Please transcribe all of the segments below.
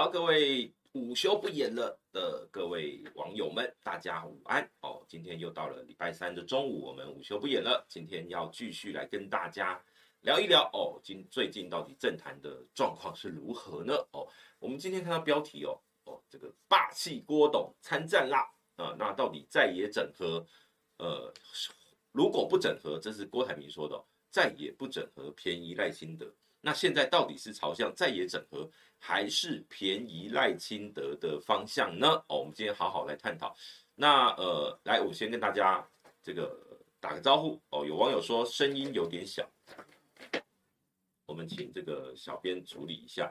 好，各位午休不演了的各位网友们，大家午安哦！今天又到了礼拜三的中午，我们午休不演了。今天要继续来跟大家聊一聊哦，最近到底政坛的状况是如何呢？哦，我们今天看到标题哦，这个霸气郭董参战啦那到底在野整合，如果不整合，这是郭台铭说的在野不整合，便宜赖清德。那现在到底是朝向在野整合，还是便宜赖清德的方向呢？我们今天好好来探讨。那来，我先跟大家这个打个招呼有网友说声音有点小，我们请这个小编处理一下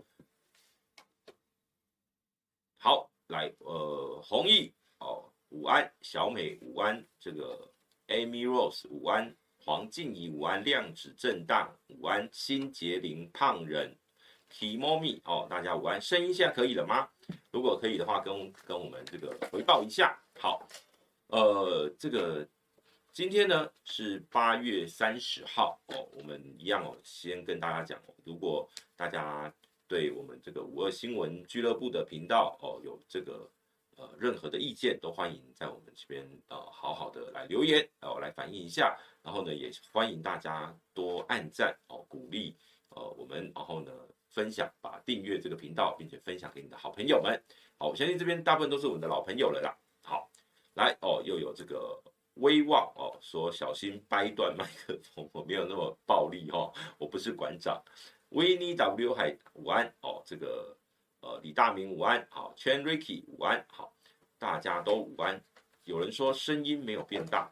好，来弘毅午安，小美午安，这个 Amy Rose 午安。黄静怡午安，量子震荡午安，新杰林胖人 Kimomi 大家午安，声音现在可以了吗？如果可以的话，跟我们这个回报一下。好，这个今天呢是8月30号我们一样先跟大家讲如果大家对我们这个52新闻俱乐部的频道有这个任何的意见都欢迎在我们这边好好的来留言来反映一下，然后呢也欢迎大家多按赞鼓励我们，然后呢分享把订阅这个频道，并且分享给你的好朋友们。好，我相信这边大部分都是我们的老朋友了啦。好，来又有这个威望说小心掰断麦克风，我没有那么暴力我不是馆长。维尼 W 海午安这个李大明午安，好 ，Chen Ricky 午安，好，大家都午安。有人说声音没有变大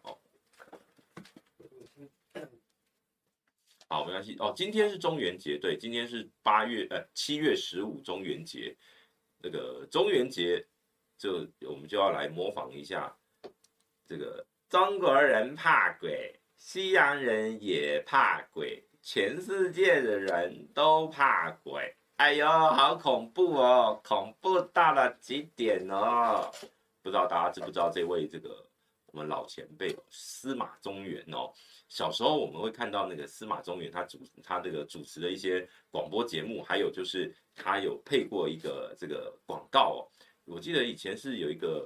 好，没关系今天是中元节，对，今天是7月15中元节。这个中元节我们就要来模仿一下这个中国人怕鬼，西洋人也怕鬼，全世界的人都怕鬼。哎呦，好恐怖恐怖到了极点不知道大家知不知道这位我们老前辈司马中原小时候我们会看到那个司马中原他这个主持的一些广播节目，还有就是他有配过一个这个广告我记得以前是有一个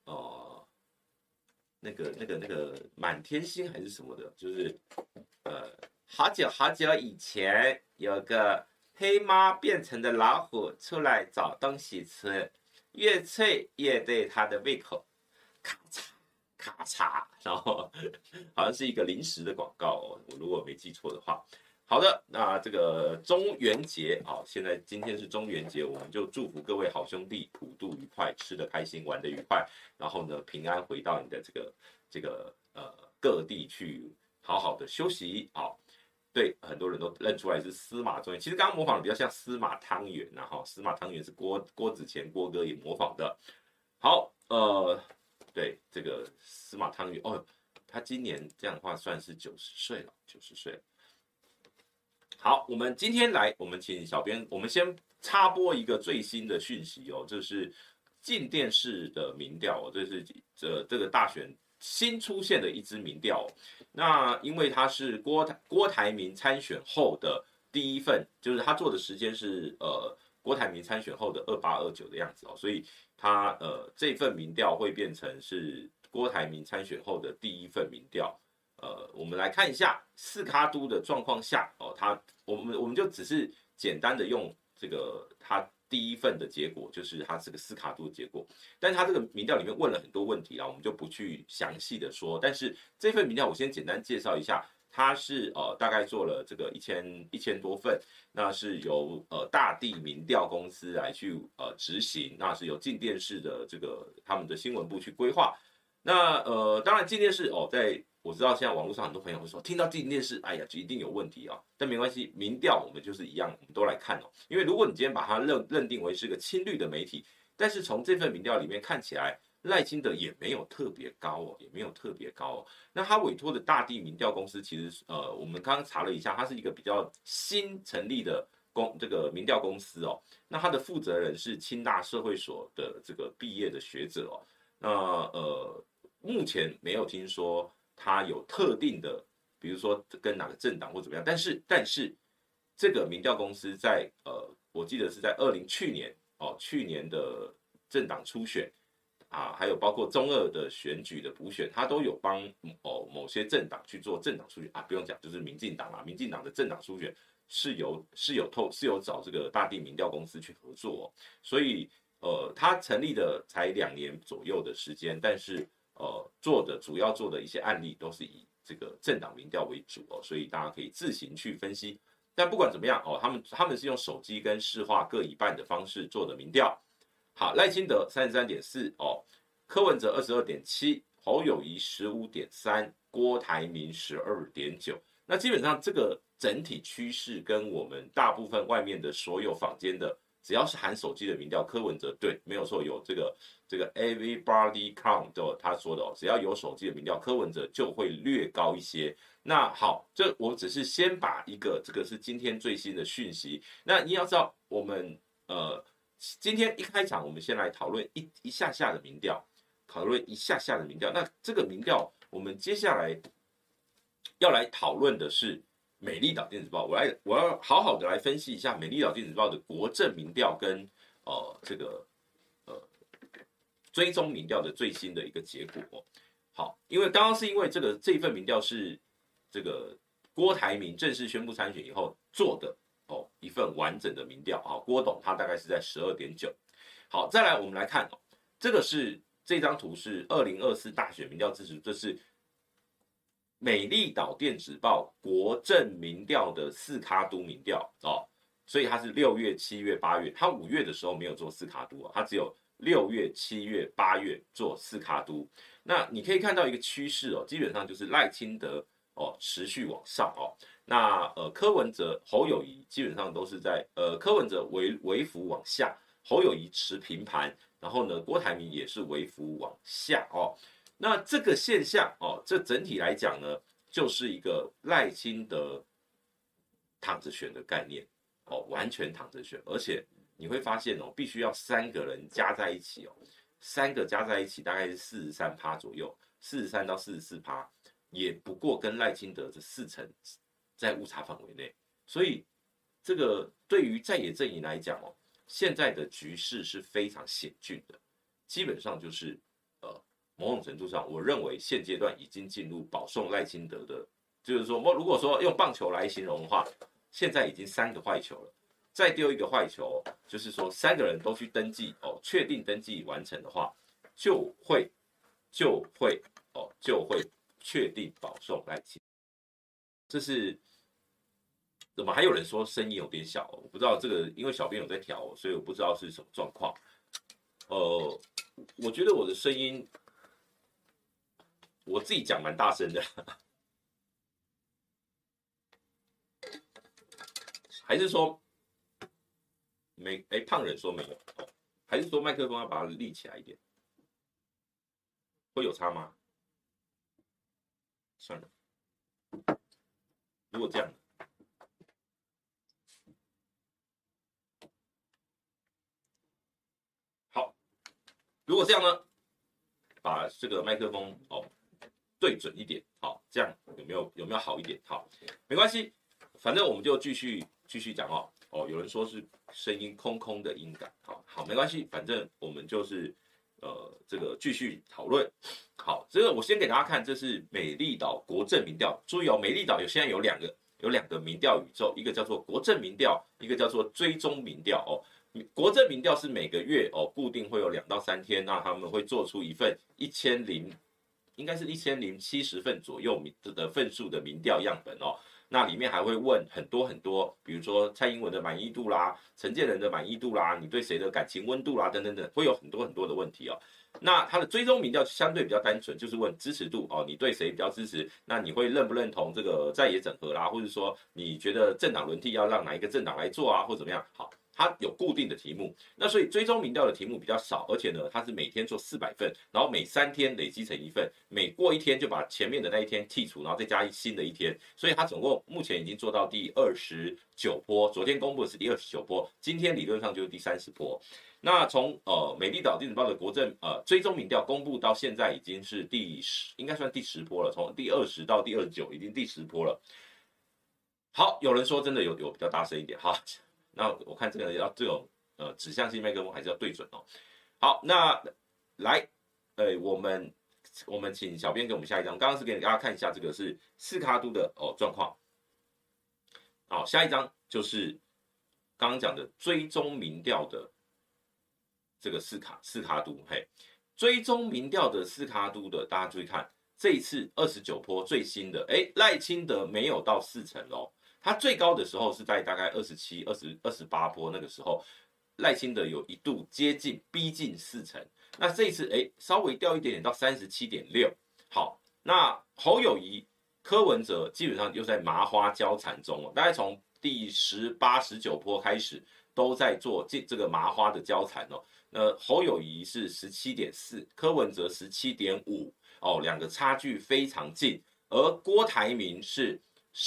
那个满天星还是什么的，就是好久好久以前有个黑猫变成的老虎出来找东西吃，越脆越对它的胃口，咔嚓咔嚓，然后好像是一个零食的广告我如果没记错的话。好的，那这个中元节今天是中元节，我们就祝福各位好兄弟普渡愉快，吃得开心，玩得愉快，然后呢平安回到你的这个各地去好好的休息对，很多人都认出来是司马中原，其实刚刚模仿的比较像司马汤圆司马汤圆是郭子乾郭哥也模仿的。好，对，这个司马汤圆他今年这样的话算是90岁了，90岁了。好，我们今天来，我们请小编，我们先插播一个最新的讯息这是镜电视的民调这是这个大选新出现的一支民调那因为它是郭台铭参选后的第一份，就是他做的时间是郭台铭参选后的28、29的样子所以他这份民调会变成是郭台铭参选后的第一份民调。我们来看一下四咖都的状况下我们就只是简单的用这个他第一份的结果，就是他这个四咖都的结果，但是他这个民调里面问了很多问题我们就不去详细的说。但是这份民调我先简单介绍一下，它是大概做了这个1000多份，那是由大地民调公司来去执行，那是由镜电视的这个他们的新闻部去规划。那当然镜电视在我知道现在网络上很多朋友会说，听到镜电视，哎呀，就一定有问题但没关系，民调我们就是一样，我们都来看因为如果你今天把它认定为是个亲绿的媒体，但是从这份民调里面看起来，赖清德也没有特别高也没有特别高那他委托的大地民调公司，其实我们刚刚查了一下，它是一个比较新成立的这个民调公司那他的负责人是清大社会所的这个毕业的学者那目前没有听说他有特定的，比如说跟哪个政党或怎么样，但是这个民调公司在我记得是在去年去年的政党初选啊，还有包括中二的选举的补选，他都有帮某些政党去做政党初选啊，不用讲，就是民进党啊，民进党的政党初选是有找这个大地民调公司去合作，所以他成立的才2年左右的时间，但是主要做的一些案例都是以这个政党民调为主所以大家可以自行去分析。但不管怎么样他们是用手机跟市话各一半的方式做的民调。好，赖清德33.4柯文哲22.7，侯友宜15.3，郭台铭12.9。那基本上这个整体趋势跟我们大部分外面的所有坊间的，只要是含手机的民调，柯文哲对没有错，有这个 everybody count 他说的只要有手机的民调，柯文哲就会略高一些。那好，这我只是先把这个是今天最新的讯息。那你要知道，我们今天一开场，我们先来讨论一下下的民调，那这个民调，我们接下来要来讨论的是美丽岛电子报。我要好好的来分析一下美丽岛电子报的国政民调跟这个追踪民调的最新的一个结果。好，因为刚刚是因为这一份民调是这个郭台铭正式宣布参选以后做的一份完整的民调郭董他大概是在12.9。好，再来我们来看这张图是2024大选民调支持，这是美丽岛电子报国政民调的4咖都民调所以它是6月、7月、8月，它5月的时候没有做4咖都它只有6月、7月、8月做4咖都。那你可以看到一个趋势基本上就是赖清德持续往上那柯文哲、侯友宜基本上都是在柯文哲微幅往下，侯友宜持平盘，然后呢郭台铭也是微幅往下那这个现象这整体来讲呢，就是一个赖清德躺着选的概念完全躺着选，而且你会发现必须要3个人加在一起3个加在一起大概是43%左右，43%到44%，也不过跟赖清德这4成在误差范围内，所以这个对于在野阵营来讲现在的局势是非常险峻的，基本上就是某种程度上，我认为现阶段已经进入保送赖清德的，就是说，如果说用棒球来形容的话，现在已经3个坏球了，再丢一个坏球，就是说3个人都去登记确定登记完成的话，就会确定保送赖清德。这是怎么？还有人说声音有点小我不知道这个，因为小编有在调所以我不知道是什么状况。我觉得我的声音，我自己讲蛮大声的，还是说胖人说没有还是说麦克风要把它立起来一点，会有差吗？算了，如果这样。如果这样呢，把这个麦克风对准一点，好，这样有没有好一点？好，没关系，反正我们就继续讲有人说是声音空空的音感，好，没关系，反正我们就是这个继续讨论。好，这个我先给大家看，这是美丽岛国政民调，注意美丽岛现在有两个民调宇宙，一个叫做国政民调，一个叫做追踪民调国政民调是每个月固定会有2到3天，那他们会做出一份应该是1070份左右的份数的民调样本那里面还会问很多，比如说蔡英文的满意度啦，陈建仁的满意度啦，你对谁的感情温度啦，等等等，会有很多的问题那它的追踪民调相对比较单纯，就是问支持度你对谁比较支持？那你会认不认同这个在野整合啦，或者说你觉得政党轮替要让哪一个政党来做或怎么样？好。它有固定的题目，那所以追踪民调的题目比较少，而且呢，它是每天做400份，然后每3天累积成1份，每过1天就把前面的那一天剔除，然后再加新的1天，所以它总共目前已经做到第29波，昨天公布的是第29波，今天理论上就是第30波。那从美丽岛电子报的国政追踪民调公布到现在已经是应该算第10波了，从第20到第29已经第10波了。好，有人说真的有比较大声一点哈。那我看这个要这种指向性麦克风还是要对准哦。好，那来，我们请小编给我们下一张，刚刚是给大家看一下这个是四卡都的状况。好，下一张就是刚刚讲的追踪民调的这个四卡都，嘿，追踪民调的四卡都的，大家注意看，这一次29波最新的，赖清德没有到40%哦，他最高的时候是在大概27、28波那个时候，赖清德有一度逼近40%，那这一次稍微掉一点点到37.6%。好，那侯友宜、柯文哲基本上又在麻花交缠中哦，大概从第18、19波开始都在做这个麻花的交缠哦。侯友宜是17.4%，柯文哲17.5%哦，两个差距非常近。而郭台铭是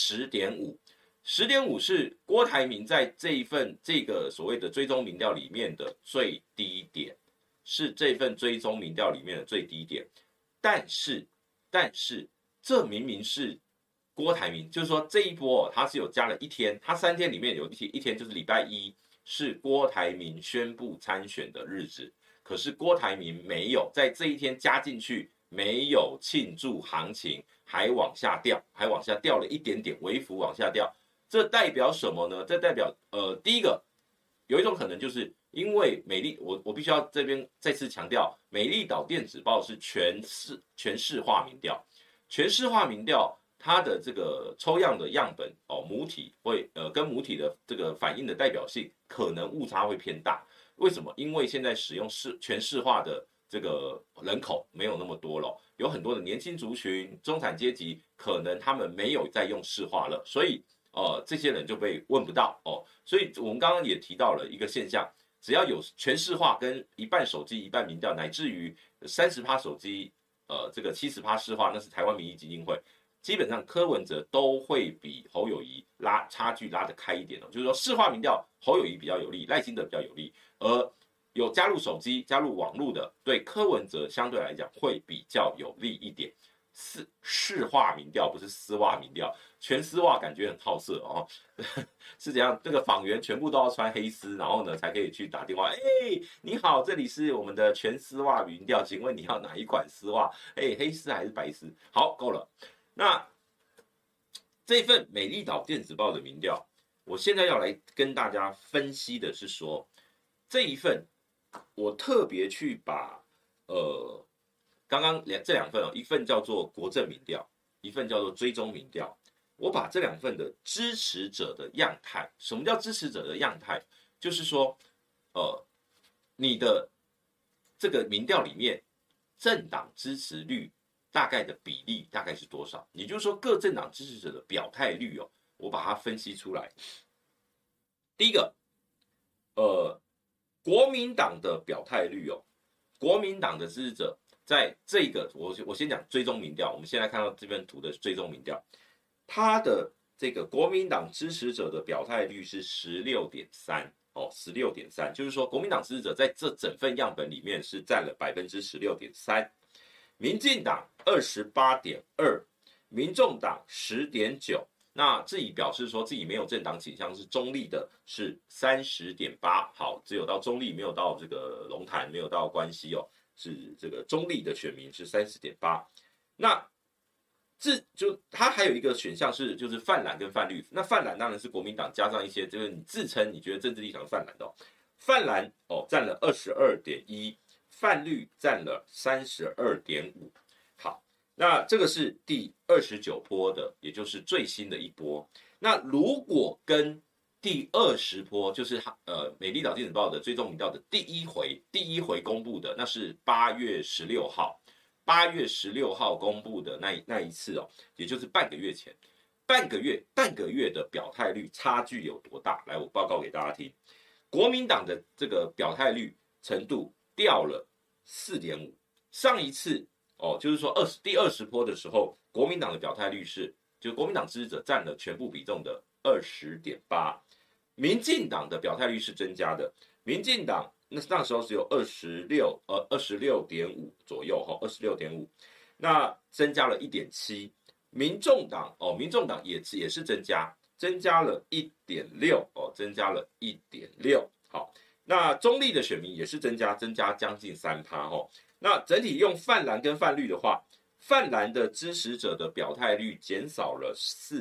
10.5%，10.5%是郭台铭在这个所谓的追踪民调里面的最低点，是这份追踪民调里面的最低点。但是这明明是郭台铭，就是说这一波他是有加了一天，他3天里面有一天就是礼拜一是郭台铭宣布参选的日子，可是郭台铭没有在这一天加进去，没有庆祝行情，还往下掉了一点点，微幅往下掉。这代表什么呢？这代表第一个有一种可能就是因为我必须要这边再次强调，美丽岛电子报是全市化民调，全市化民调它的这个抽样的样本母体会跟母体的这个反应的代表性可能误差会偏大。为什么？因为现在使用全市化的这个人口没有那么多了，有很多的年轻族群、中产阶级，可能他们没有在用市化了，所以这些人就被问不到哦。所以我们刚刚也提到了一个现象，只要有全市化跟一半手机一半民调，乃至于30%手机这个70%市化，那是台湾民意基金会。基本上柯文哲都会比侯友宜差距拉得开一点哦，就是说市化民调侯友宜比较有利，赖清德比较有利，而有加入手机、加入网络的，对柯文哲相对来讲会比较有利一点。市化民调不是丝袜民调，全丝袜感觉很好色哦，是怎样？这个访员全部都要穿黑丝，然后呢才可以去打电话。你好，这里是我们的全丝袜民调，请问你要哪一款丝袜？黑丝还是白丝？好，够了。那这份美丽岛电子报的民调，我现在要来跟大家分析的是说，这一份我特别去把刚刚这两份一份叫做国政民调，一份叫做追踪民调，我把这两份的支持者的样态，什么叫支持者的样态？就是说，你的这个民调里面政党支持率大概的比例大概是多少？也就是说，各政党支持者的表态率我把它分析出来。第一个，国民党的表态率国民党的支持者在这个我先讲追踪民调，我们现在看到这边图的追踪民调，它的这个国民党支持者的表态率是16.3%。16.3%，就是说国民党支持者在这整份样本里面是占了16.3%。民进党28.2%，民众党10.9%，那自己表示说自己没有政党倾向，是中立的，是30.8%。好，只有到中立，没有到这个龙潭，没有到关西是这个中立的选民是30.8%。那他还有一个选项就是泛蓝跟泛绿，那泛蓝当然是国民党加上一些就是你自称你觉得政治立场泛蓝的泛蓝占了22.1%。泛绿占了32.5%。好，那这个是第29波的，也就是最新的一波。那如果跟第20波，就是美丽岛电子报的追踪民调的第一回公布的，那是8月16号，8月16号公布的那一次也就是半个月前，半个月的表态率差距有多大？来，我报告给大家听。国民党的这个表态率程度掉了4.5%，上一次就是说第20波的时候，国民党的表态率就国民党支持者占了全部比重的20.8%，民进党的表态率是增加的，民进党那时候只有26.5%左右26.5%，那增加了1.7%，民众党也是增加了1.6%增加了1.6%。好。 那中立的选民也是增加将近3%哦。那整体用泛蓝跟泛绿的话，泛蓝的支持者的表态率减少了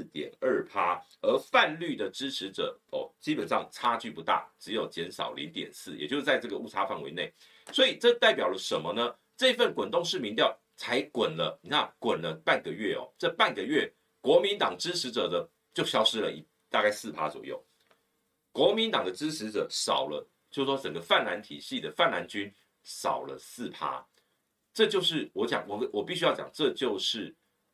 4.2%，而泛绿的支持者基本上差距不大，只有减少0.4%，也就是在这个误差范围内。所以这代表了什么呢？这份滚动式民调才滚了，你看滚了半个月哦，这半个月国民党支持者的就消失了大概4%左右，国民党的支持者少了，就是说整个泛蓝体系的泛蓝军少了4%，这就是我必须要讲，这就是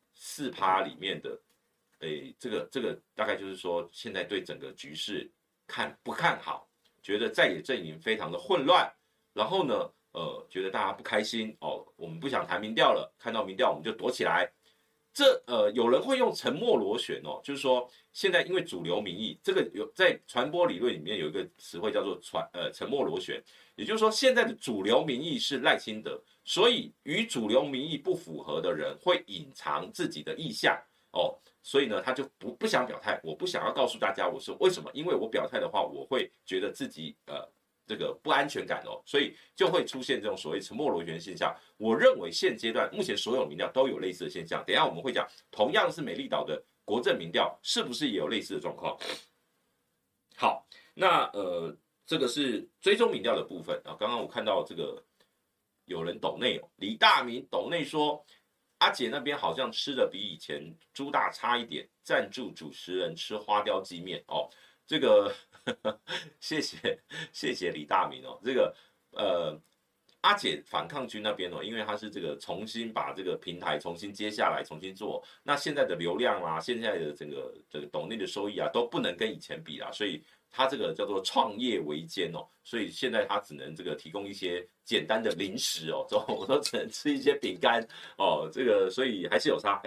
4%里面的，这个大概就是说现在对整个局势不看好，觉得在野阵营非常的混乱，然后呢，觉得大家不开心哦，我们不想谈民调了，看到民调我们就躲起来。有人会用沉默螺旋哦，就是说现在因为主流民意，这个在传播理论里面有一个词汇叫做沉默螺旋，也就是说现在的主流民意是赖清德，所以与主流民意不符合的人会隐藏自己的意向哦，所以呢他就不想表态，我不想要告诉大家我是为什么，因为我表态的话，我会觉得自己这个不安全感哦，所以就会出现这种所谓沉默螺旋现象。我认为现阶段目前所有民调都有类似的现象。等一下我们会讲，同样是美丽岛的国政民调，是不是也有类似的状况？好，那这个是追踪民调的部分啊。刚刚我看到这个有人抖内哦，李大明抖内说，阿姐那边好像吃的比以前猪大差一点，赞助主持人吃花雕鸡面哦。这个谢谢李大明哦，这个阿姐反抗军那边哦，因为他是这个重新把这个平台重新接下来重新做，那现在的流量啦，现在的整个这个抖内的收益啊都不能跟以前比啦，所以他这个叫做创业维艰哦，所以现在他只能这个提供一些简单的零食哦，我都只能吃一些饼干哦，这个所以还是有差。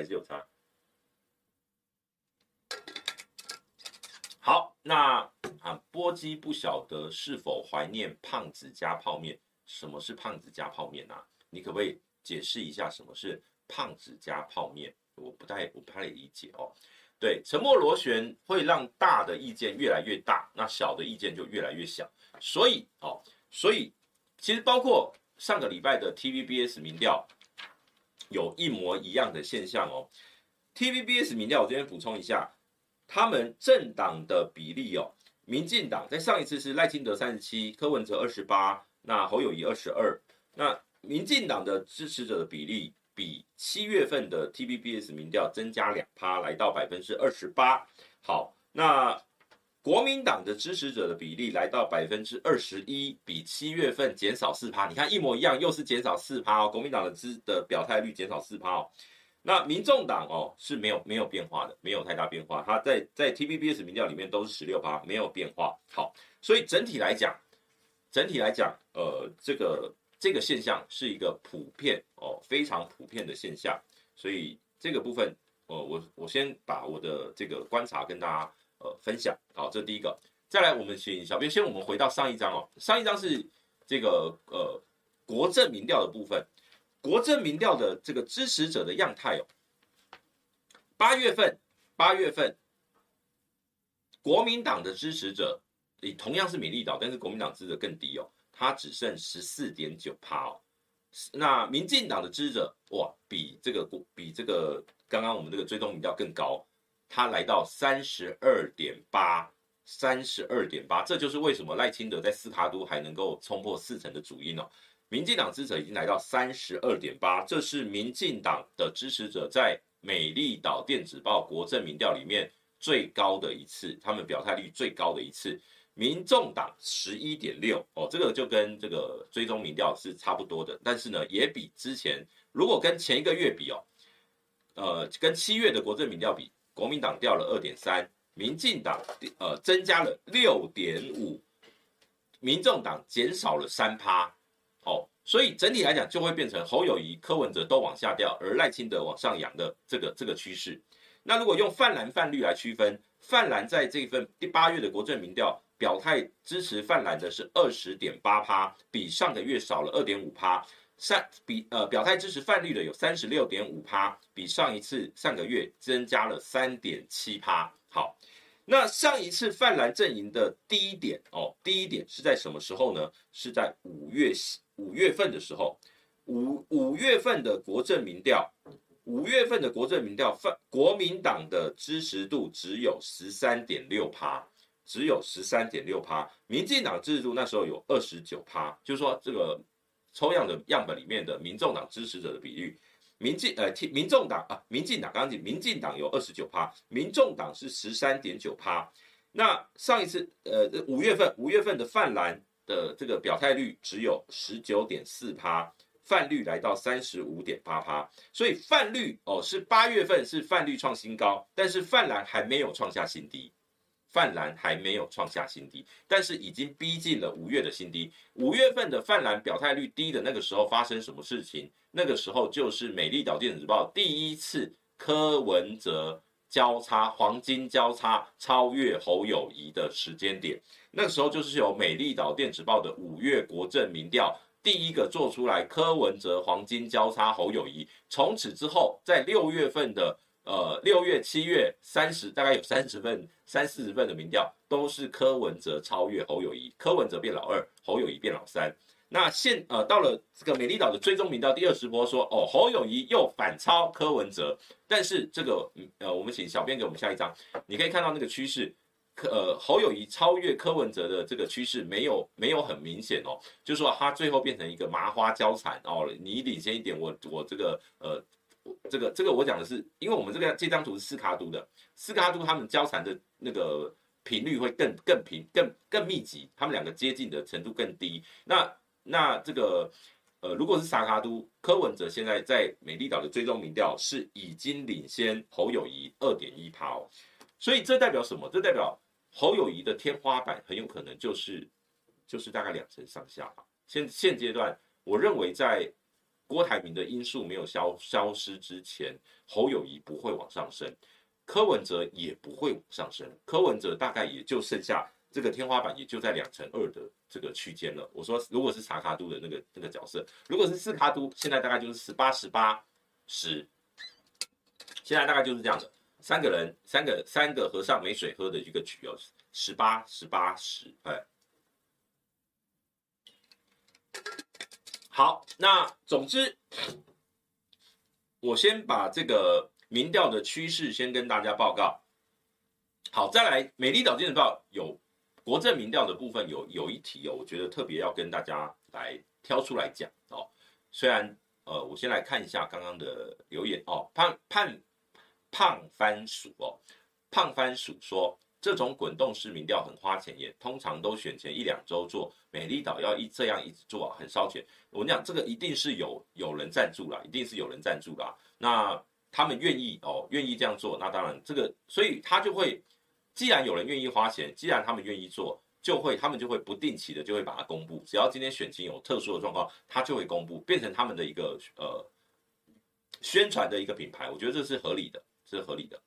好，那波基不晓得是否怀念胖子加泡面？什么是胖子加泡面啊？你可不可以解释一下什么是胖子加泡面？我不太理解哦。对，沉默螺旋会让大的意见越来越大，那小的意见就越来越小。所以其实包括上个礼拜的 TVBS 民调有一模一样的现象哦。TVBS 民调我这边补充一下。他们政党的比例哦，民进党在上一次是赖清德37%，柯文哲28%，那侯友宜22%。那民进党的支持者的比例比7月份的 TVBS 民调增加2%，来到28%。好，那国民党的支持者的比例来到21%，比7月份减少4%。你看一模一样，又是减少4%哦。国民党的表态率减少4%哦。那民众党哦是没有变化的，没有太大变化。它在 TVBS 民调里面都是16%，没有变化。好，所以整体来讲，这个现象是一个普遍哦，非常普遍的现象。所以这个部分，我先把我的这个观察跟大家分享。好，这第一个。再来，我们请小编我们回到上一章哦，上一章是这个国政民调的部分。国政民调的这个支持者的样态哦，8月份，国民党的支持者，同样是美丽岛，但是国民党支持者更低哦，它只剩14.9%哦。那民进党的支持者哇，比这个刚刚我们这个追踪民调更高，它来到32.8%，这就是为什么赖清德在斯卡都还能够冲破40%的主因哦。民进党支持者已经来到32.8%，这是民进党的支持者在美丽岛电子报国政民调里面最高的一次，他们表态率最高的一次。民众党11.6%哦，这个就跟这个追踪民调是差不多的，但是呢，也比之前如果跟前一个月比哦，跟7月的国政民调比，国民党掉了2.3%，民进党增加了6.5%，民众党减少了3%。哦，所以整体来讲就会变成侯友宜、柯文哲都往下掉，而赖清德往上扬的这个趋势。那如果用泛蓝泛绿来区分，泛蓝在这份第8月的国政民调表态支持泛蓝的是20.8%，比上个月少了2.5%。表态支持泛绿的有36.5%，比上个月增加了3.7%。好， 那上一次泛蓝阵营的第一点是在什么时候呢？是在5月份的时候，五月份的国政民调，5月份的国政民调，国民党的支持度只有 13.6%， 只有 13.6%， 民进党支持度那时候有 29%， 就是说这个抽样的样本里面的民众党支持者的比率。民进党刚刚讲，民进党有 29%， 民众党是 13.9%。那上一次5月份的泛蓝的这个表态率只有 19.4%， 泛绿来到 35.8%， 所以泛绿是8月份是泛绿创新高，但是泛蓝还没有创下新低。泛蓝还没有创下新低，但是已经逼近了5月的新低。5月份的泛蓝表态率低的那个时候发生什么事情？那个时候就是美丽岛电子报第一次柯文哲交叉黄金交叉超越侯友宜的时间点。那个时候就是由美丽岛电子报的5月国政民调第一个做出来柯文哲黄金交叉侯友宜。从此之后，在6月份的6月、7月30，大概有30份、30-40份的民调都是柯文哲超越侯友宜，柯文哲变老二，侯友宜变老三。那到了这个美丽岛的追踪民调第20波说，侯友宜又反超柯文哲，但是这个我们请小编给我们下一张，你可以看到那个趋势，侯友宜超越柯文哲的这个趋势没有很明显哦，就是说他最后变成一个麻花交缠哦，你领先一点，我这个这个我讲的是，因为我们这张图是四卡都的，四卡都他们交缠的那个频率会更密集，他们两个接近的程度更低。那这个如果是萨卡都，柯文哲现在在美丽岛的追踪民调是已经领先侯友宜 2.1% 哦，所以这代表什么？这代表侯友宜的天花板很有可能就是大概2成上下吧。现阶段，我认为在郭台铭的因素没有消失之前，侯友宜不会往上升，柯文哲也不会往上升，柯文哲大概也就剩下这个天花板，也就在2成2的这个区间了。我说，如果是查卡都的那个角色，如果是四卡都，现在大概就是18、18、10，现在大概就是这样的。三个和尚没水喝的一个局哦，18、18、10，好，那总之，我先把这个民调的趋势先跟大家报告。好，再来，美丽岛电子报有国政民调的部分有一题哦，我觉得特别要跟大家来挑出来讲哦。虽然我先来看一下刚刚的留言哦，胖番薯哦，胖番薯说，这种滚动式民调很花钱耶，通常都选前1-2周做，美丽岛要这样一直做很烧钱。我跟你讲，这个一定是有人赞助啦，一定是有人赞助啦。那他们愿意这样做，那当然这个，所以他就会，既然有人愿意花钱，既然他们愿意做，他们就会不定期的就会把它公布。只要今天选情有特殊的状况，他就会公布，变成他们的一个宣传的一个品牌。我觉得这是合理的，是合理的。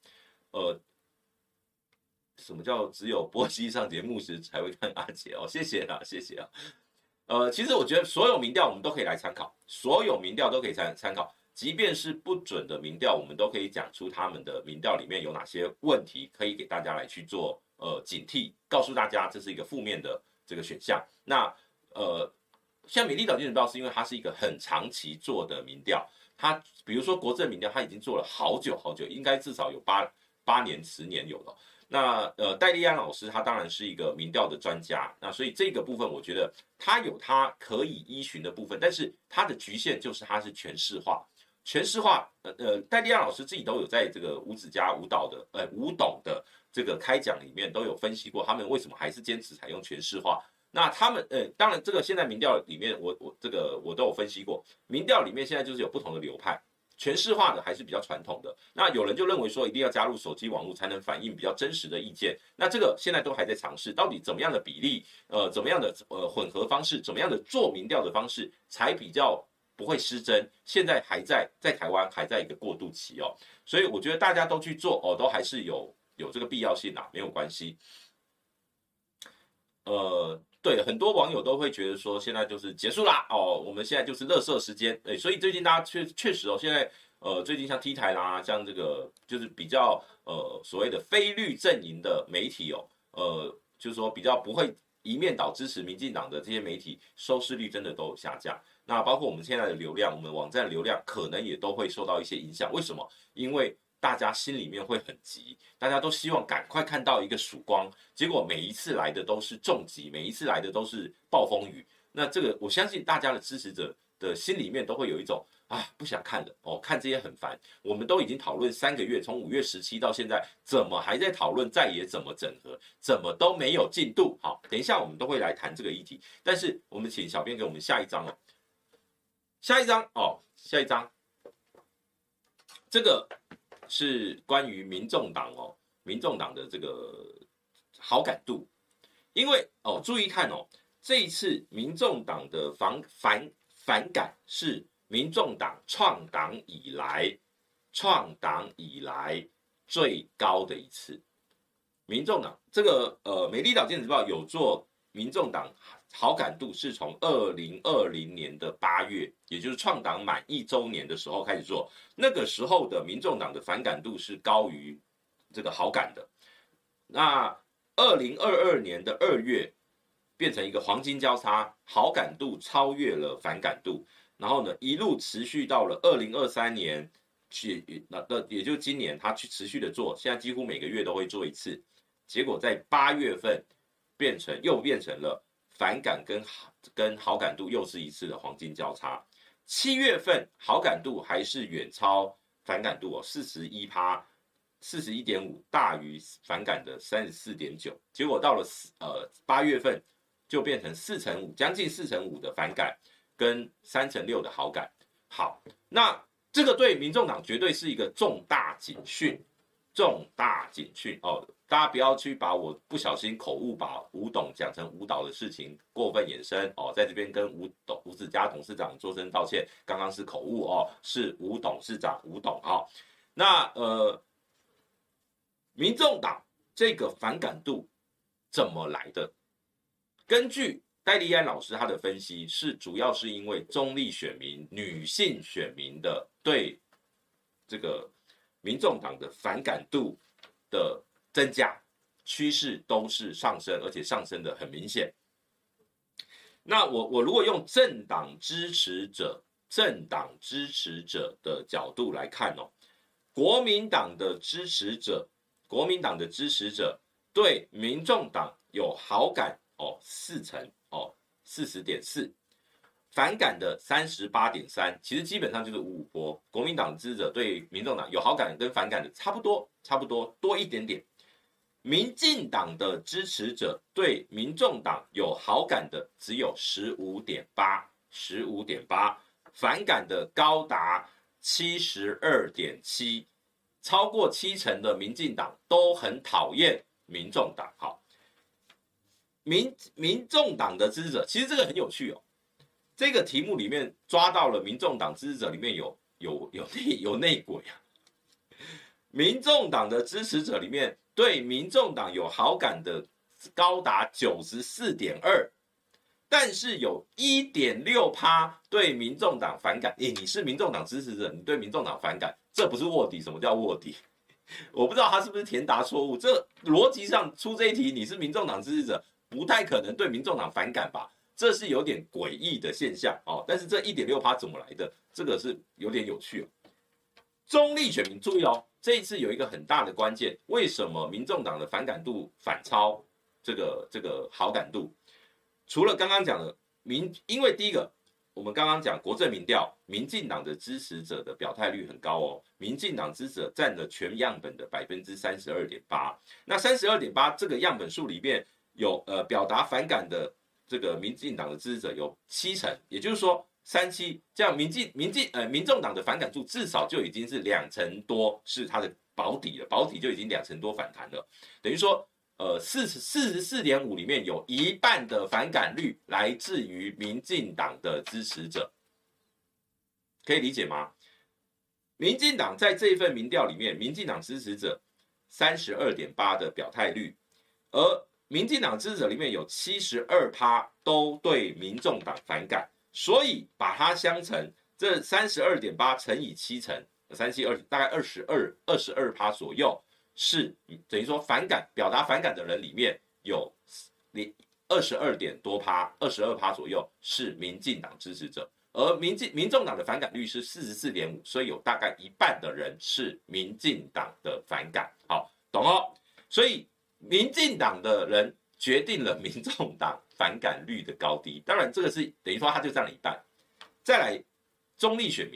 什么叫只有波西上节目时才会看阿姐哦？谢谢啦，谢谢啊。其实我觉得所有民调我们都可以来参考，所有民调都可以参考，即便是不准的民调，我们都可以讲出他们的民调里面有哪些问题，可以给大家来去做警惕，告诉大家这是一个负面的这个选项。那像美丽岛电子报是因为它是一个很长期做的民调，它比如说国政民调，它已经做了好久，应该至少有8年、10年有了。那戴立安老师他当然是一个民调的专家，那所以这个部分我觉得他有他可以依循的部分，但是他的局限就是他是全市化。戴立安老师自己都有在这个吴子嘉吴董的这个开讲里面都有分析过，他们为什么还是坚持采用全市化。那他们当然这个现在民调里面我都有分析过，民调里面现在就是有不同的流派。全市化的还是比较传统的，那有人就认为说一定要加入手机网络才能反映比较真实的意见，那这个现在都还在尝试，到底怎么样的比例，怎么样的混合方式，怎么样的做民调的方式才比较不会失真，现在还在台湾还在一个过渡期哦，所以我觉得大家都去做都还是有这个必要性啦，没有关系。对，很多网友都会觉得说现在就是结束啦我们现在就是垃圾时间，所以最近大家确实现在最近像 T 台啦，像这个就是比较所谓的非绿阵营的媒体哦，就是说比较不会一面倒支持民进党的这些媒体，收视率真的都有下降。那包括我们现在的流量，我们网站流量可能也都会受到一些影响。为什么？因为大家心里面会很急，大家都希望赶快看到一个曙光，结果每一次来的都是重击，每一次来的都是暴风雨。那这个我相信大家的支持者的心里面都会有一种不想看了哦，看这些很烦。我们都已经讨论3个月，从5月17到现在，怎么还在讨论在野怎么整合，怎么都没有进度。好，等一下我们都会来谈这个议题，但是我们请小编给我们下一章哦。下一章，这个是关于民众党哦，民众党的这个好感度，因为注意看哦，这一次民众党的反感是民众党创党以来最高的一次。民众党这个美丽岛电子报有做民众党好感度是从2020年的8月，也就是创党满1周年的时候开始做，那个时候的民众党的反感度是高于这个好感的。那2022年的2月变成一个黄金交叉，好感度超越了反感度，然后呢一路持续到了2023年，也就是今年他去持续的做，现在几乎每个月都会做一次，结果在8月份又变成了反感跟好感度又是一次的黄金交叉。7月份好感度还是远超反感度41.5%，大于反感的34.9%，结果到了8月份就变成5%，将近4%的反感跟6%的好感。好，那这个对民众党绝对是一个重大警讯哦。大家不要去把我不小心口误把吴董讲成舞蹈的事情过分延伸哦，在这边跟吴子嘉董事长说声道歉，刚刚是口误哦，是吴董事长吴董哦。那民众党这个反感度怎么来的？根据戴立安老师他的分析，主要是因为中立选民、女性选民的对这个民众党的反感度的增加，趋势都是上升，而且上升的很明显。那我如果用政党支持者的角度来看哦，国民党的支持者对民众党有好感4%， 40.4%，反感的38.3%，其实基本上就是五五波。国民党支持者对民众党有好感跟反感的差不多多一点点。民进党的支持者对民众党有好感的只有15.8%，反感的高达72.7%，超过70%的民进党都很讨厌民众党。好，民众党的支持者，其实这个很有趣哦。这个题目里面抓到了民众党支持者里面有内鬼啊。民众党的支持者里面对民众党有好感的高达94.2%，但是有1.6% 对民众党反感。你是民众党支持者，你对民众党反感，这不是卧底。什么叫卧底？我不知道他是不是填答错误。这逻辑上出这一题，你是民众党支持者，不太可能对民众党反感吧？这是有点诡异的现象哦。但是这1.6% 怎么来的？这个是有点有趣哦。中立选民注意哦，这一次有一个很大的关键，为什么民众党的反感度反超这个好感度？除了刚刚讲的因为第一个，我们刚刚讲国政民调，民进党的支持者的表态率很高哦，民进党支持者占了全样本的32.8%。那32.8%这个样本数里面有表达反感的这个民进党的支持者有70%，也就是说37%，这样民众党的反感度至少就已经是2%多，是它的保底了，保底就已经2%多反弹了，等于说44.5% 里面有一半的反感率来自于民进党的支持者，可以理解吗？民进党在这一份民调里面，民进党支持者32.8% 的表态率，而民进党支持者里面有72% 都对民众党反感，所以把它相乘，这32.8% 乘以70%，大概22% 左右， 是等于说表达反感的人里面有22点多趴，22%左右是民进党支持者，而民众党的反感率是44.5%，所以有大概一半的人是民进党的反感。好，懂哦？所以民进党的人决定了民众党反感率的高低，当然这个是等于说他就占了一半。再来，中立选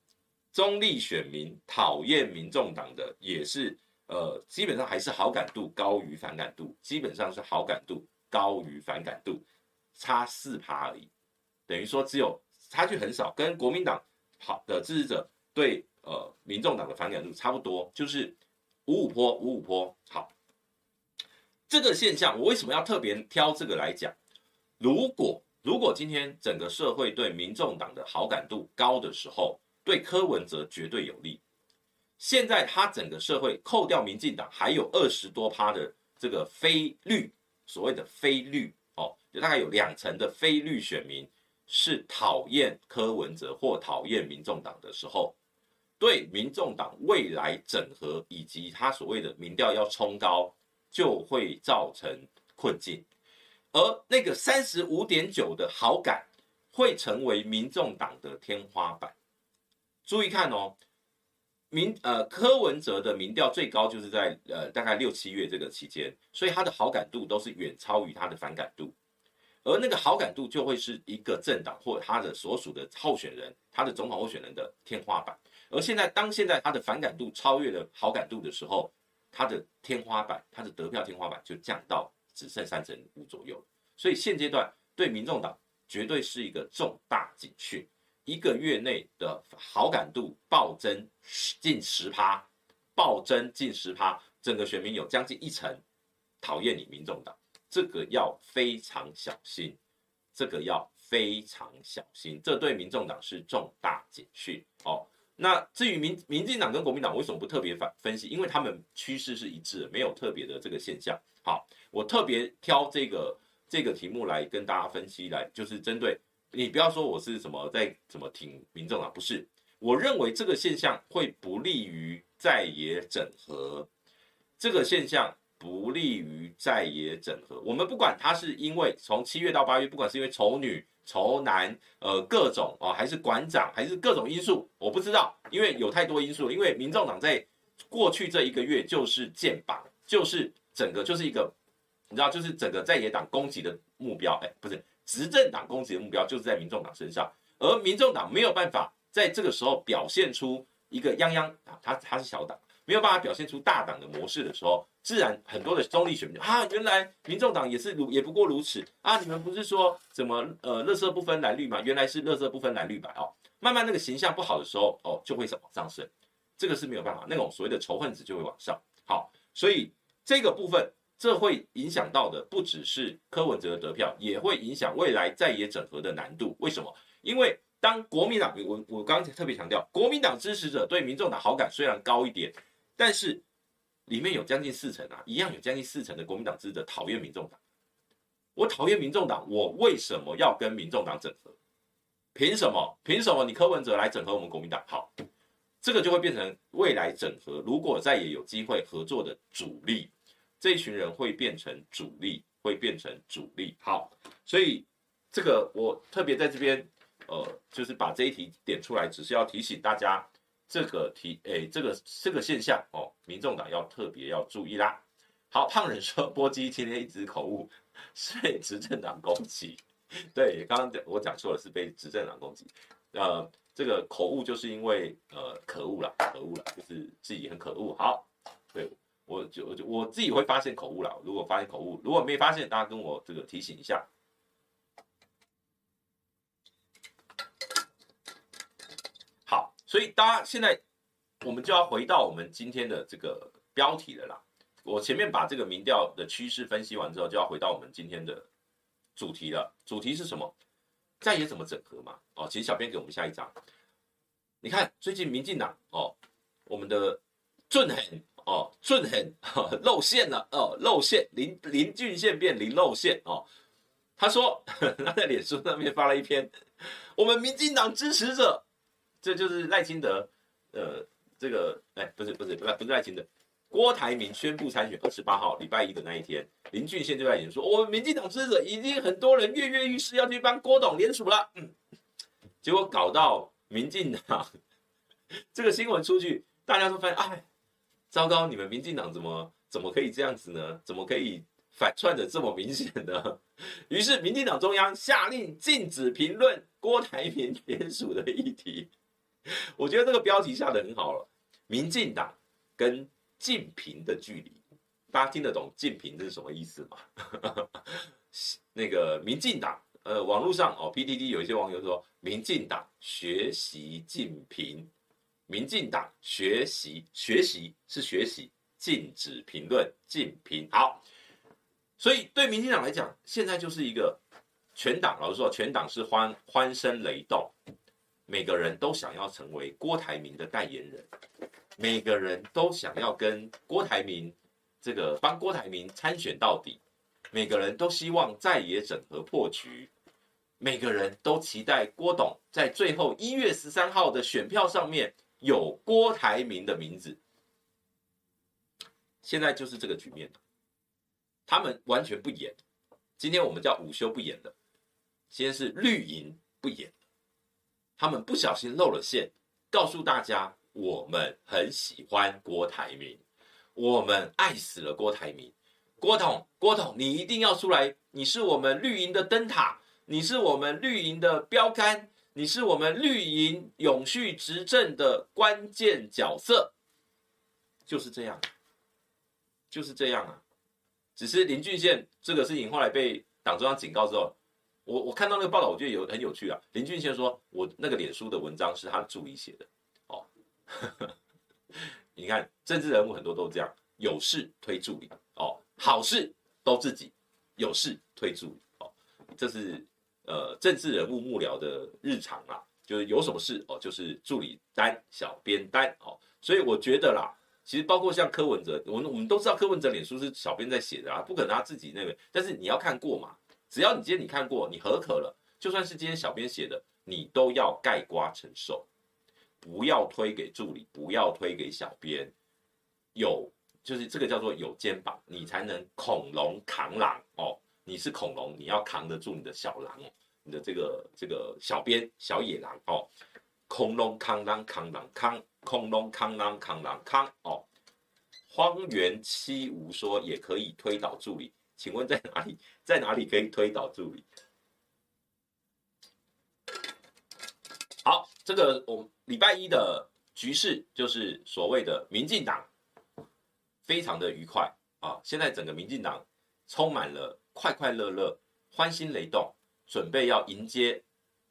民讨厌民众党的也是基本上还是好感度高于反感度，基本上是好感度高于反感度，差4%而已，等于说只有差距很少，跟国民党的支持者对民众党的反感度差不多，就是五五坡。好，这个现象我为什么要特别挑这个来讲？如果今天整个社会对民众党的好感度高的时候，对柯文哲绝对有利。现在他整个社会扣掉民进党，还有20多%的这个非绿，所谓的非绿就大概有2成的非绿选民是讨厌柯文哲或讨厌民众党的时候，对民众党未来整合以及他所谓的民调要冲高，就会造成困境。而那个35.9%的好感会成为民众党的天花板。注意看哦，柯文哲的民调最高就是在大概6、7月这个期间，所以他的好感度都是远超于他的反感度，而那个好感度就会是一个政党或他的所属的候选人，他的总统候选人的天花板。而现在他的反感度超越了好感度的时候，他的天花板，他的得票天花板就降到只剩35%左右。所以现阶段对民众党绝对是一个重大警讯。1个月内的好感度暴增近10%，整个选民有将近1成讨厌你民众党，这个要非常小心，这对民众党是重大警讯那至于民进党跟国民党为什么不特别分析？因为他们趋势是一致的，没有特别的这个现象。好，我特别挑这个题目来跟大家分析，就是针对。你不要说我是在挺民众党，不是，我认为这个现象会不利于在野整合，我们不管他是因为从7月到8月，不管是因为仇女、仇男，各种还是馆长，还是各种因素，我不知道，因为有太多因素。因为民众党在过去这1个月就是剑拔，就是整个就是一个，你知道，就是整个在野党攻击的目标，不是。执政党攻击的目标就是在民众党身上，而民众党没有办法在这个时候表现出一个他是小党，没有办法表现出大党的模式的时候，自然很多的中立选民原来民众党也不过如此你们不是说怎么垃圾不分蓝绿吗？原来是垃圾不分蓝绿白慢慢那个形象不好的时候就会往上升，这个是没有办法，那种所谓的仇恨值就会往上。好，所以这个部分。这会影响到的不只是柯文哲的得票，也会影响未来在野整合的难度。为什么？因为当国民党，我刚才特别强调，国民党支持者对民众党好感虽然高一点，但是里面有将近4成一样有将近4成的国民党支持者讨厌民众党。我讨厌民众党，我为什么要跟民众党整合？凭什么你柯文哲来整合我们国民党？好，这个就会变成未来整合，如果在野有机会合作的主力。这一群人会变成主力。好，所以这个我特别在这边，就是把这一题点出来，只是要提醒大家这个现象民众党要特别要注意啦。好，胖人说波基今天一直口误，是被执政党攻击。对，刚刚我讲错了，是被执政党攻击。这个口误就是因为可恶啦，就是自己很可恶。好，对。我自己会发现口误啦，如果发现口误，如果没发现，大家跟我这个提醒一下。好，所以大家现在我们就要回到我们今天的这个标题了啦。我前面把这个民调的趋势分析完之后，就要回到我们今天的主题了。主题是什么？在野怎么整合嘛？请小编给我们下一张。你看最近民进党我们的俊很露馅了露馅，林俊宪变林露馅他说他在脸书上面发了一篇，我们民进党支持者，这就是赖清德这个不是赖清德， 郭台铭宣布参选28号礼拜一的那一天，林俊宪就在演说，我们民进党支持者已经很多人跃跃欲试要去帮郭董联署了，结果搞到民进党这个新闻出去，大家都发现，哎，糟糕，你们民进党怎么可以这样子呢？怎么可以反串的这么明显呢？于是民进党中央下令禁止评论郭台铭联署的议题。我觉得这个标题下得很好了，民进党跟竞评的距离，大家听得懂竞评是什么意思吗？那个民进党，网络上PTT 有一些网友说，民进党学习竞评，民进党学习是学习，禁止评论竞评。好，所以对民进党来讲，现在就是一个全党，老实说，全党是欢声雷动。每个人都想要成为郭台铭的代言人，每个人都想要跟郭台铭帮郭台铭参选到底，每个人都希望在野整合破局，每个人都期待郭董在最后1月13号的选票上面有郭台铭的名字。现在就是这个局面，他们完全不演。今天我们叫午休不演了，今天是绿营不演。他们不小心露了馅，告诉大家我们很喜欢郭台铭，我们爱死了郭台铭。郭董，你一定要出来，你是我们绿营的灯塔，你是我们绿营的标杆，你是我们绿营永续执政的关键角色。就是这样，就是这样啊。只是林俊宪这个事情后来被党中央警告之后，我看到那个报道，我觉得很有趣啊。林俊宪说，我那个脸书的文章是他的助理写的，你看政治人物很多都这样，有事推助理，好事都自己，有事推助理，这是政治人物幕僚的日常啦，就是有什么事就是助理担、小编担，所以我觉得啦，其实包括像柯文哲，我们都知道柯文哲脸书是小编在写的啊，不可能他自己那个，但是你要看过嘛。只要你今天你看过，你合可了，就算是今天小编写的，你都要概括承受，不要推给助理，不要推给小编，就是这个叫做有肩膀，你才能恐龙扛狼你是恐龙，你要扛得住你的小狼你的这个小编小野狼恐龙扛狼扛狼扛，恐龙扛狼扛狼扛荒原七无说也可以推倒助理。请问在哪里可以推倒助理？好，这个我们礼拜一的局势就是所谓的民进党非常的愉快啊！现在整个民进党充满了快快乐乐、欢欣雷动，准备要迎接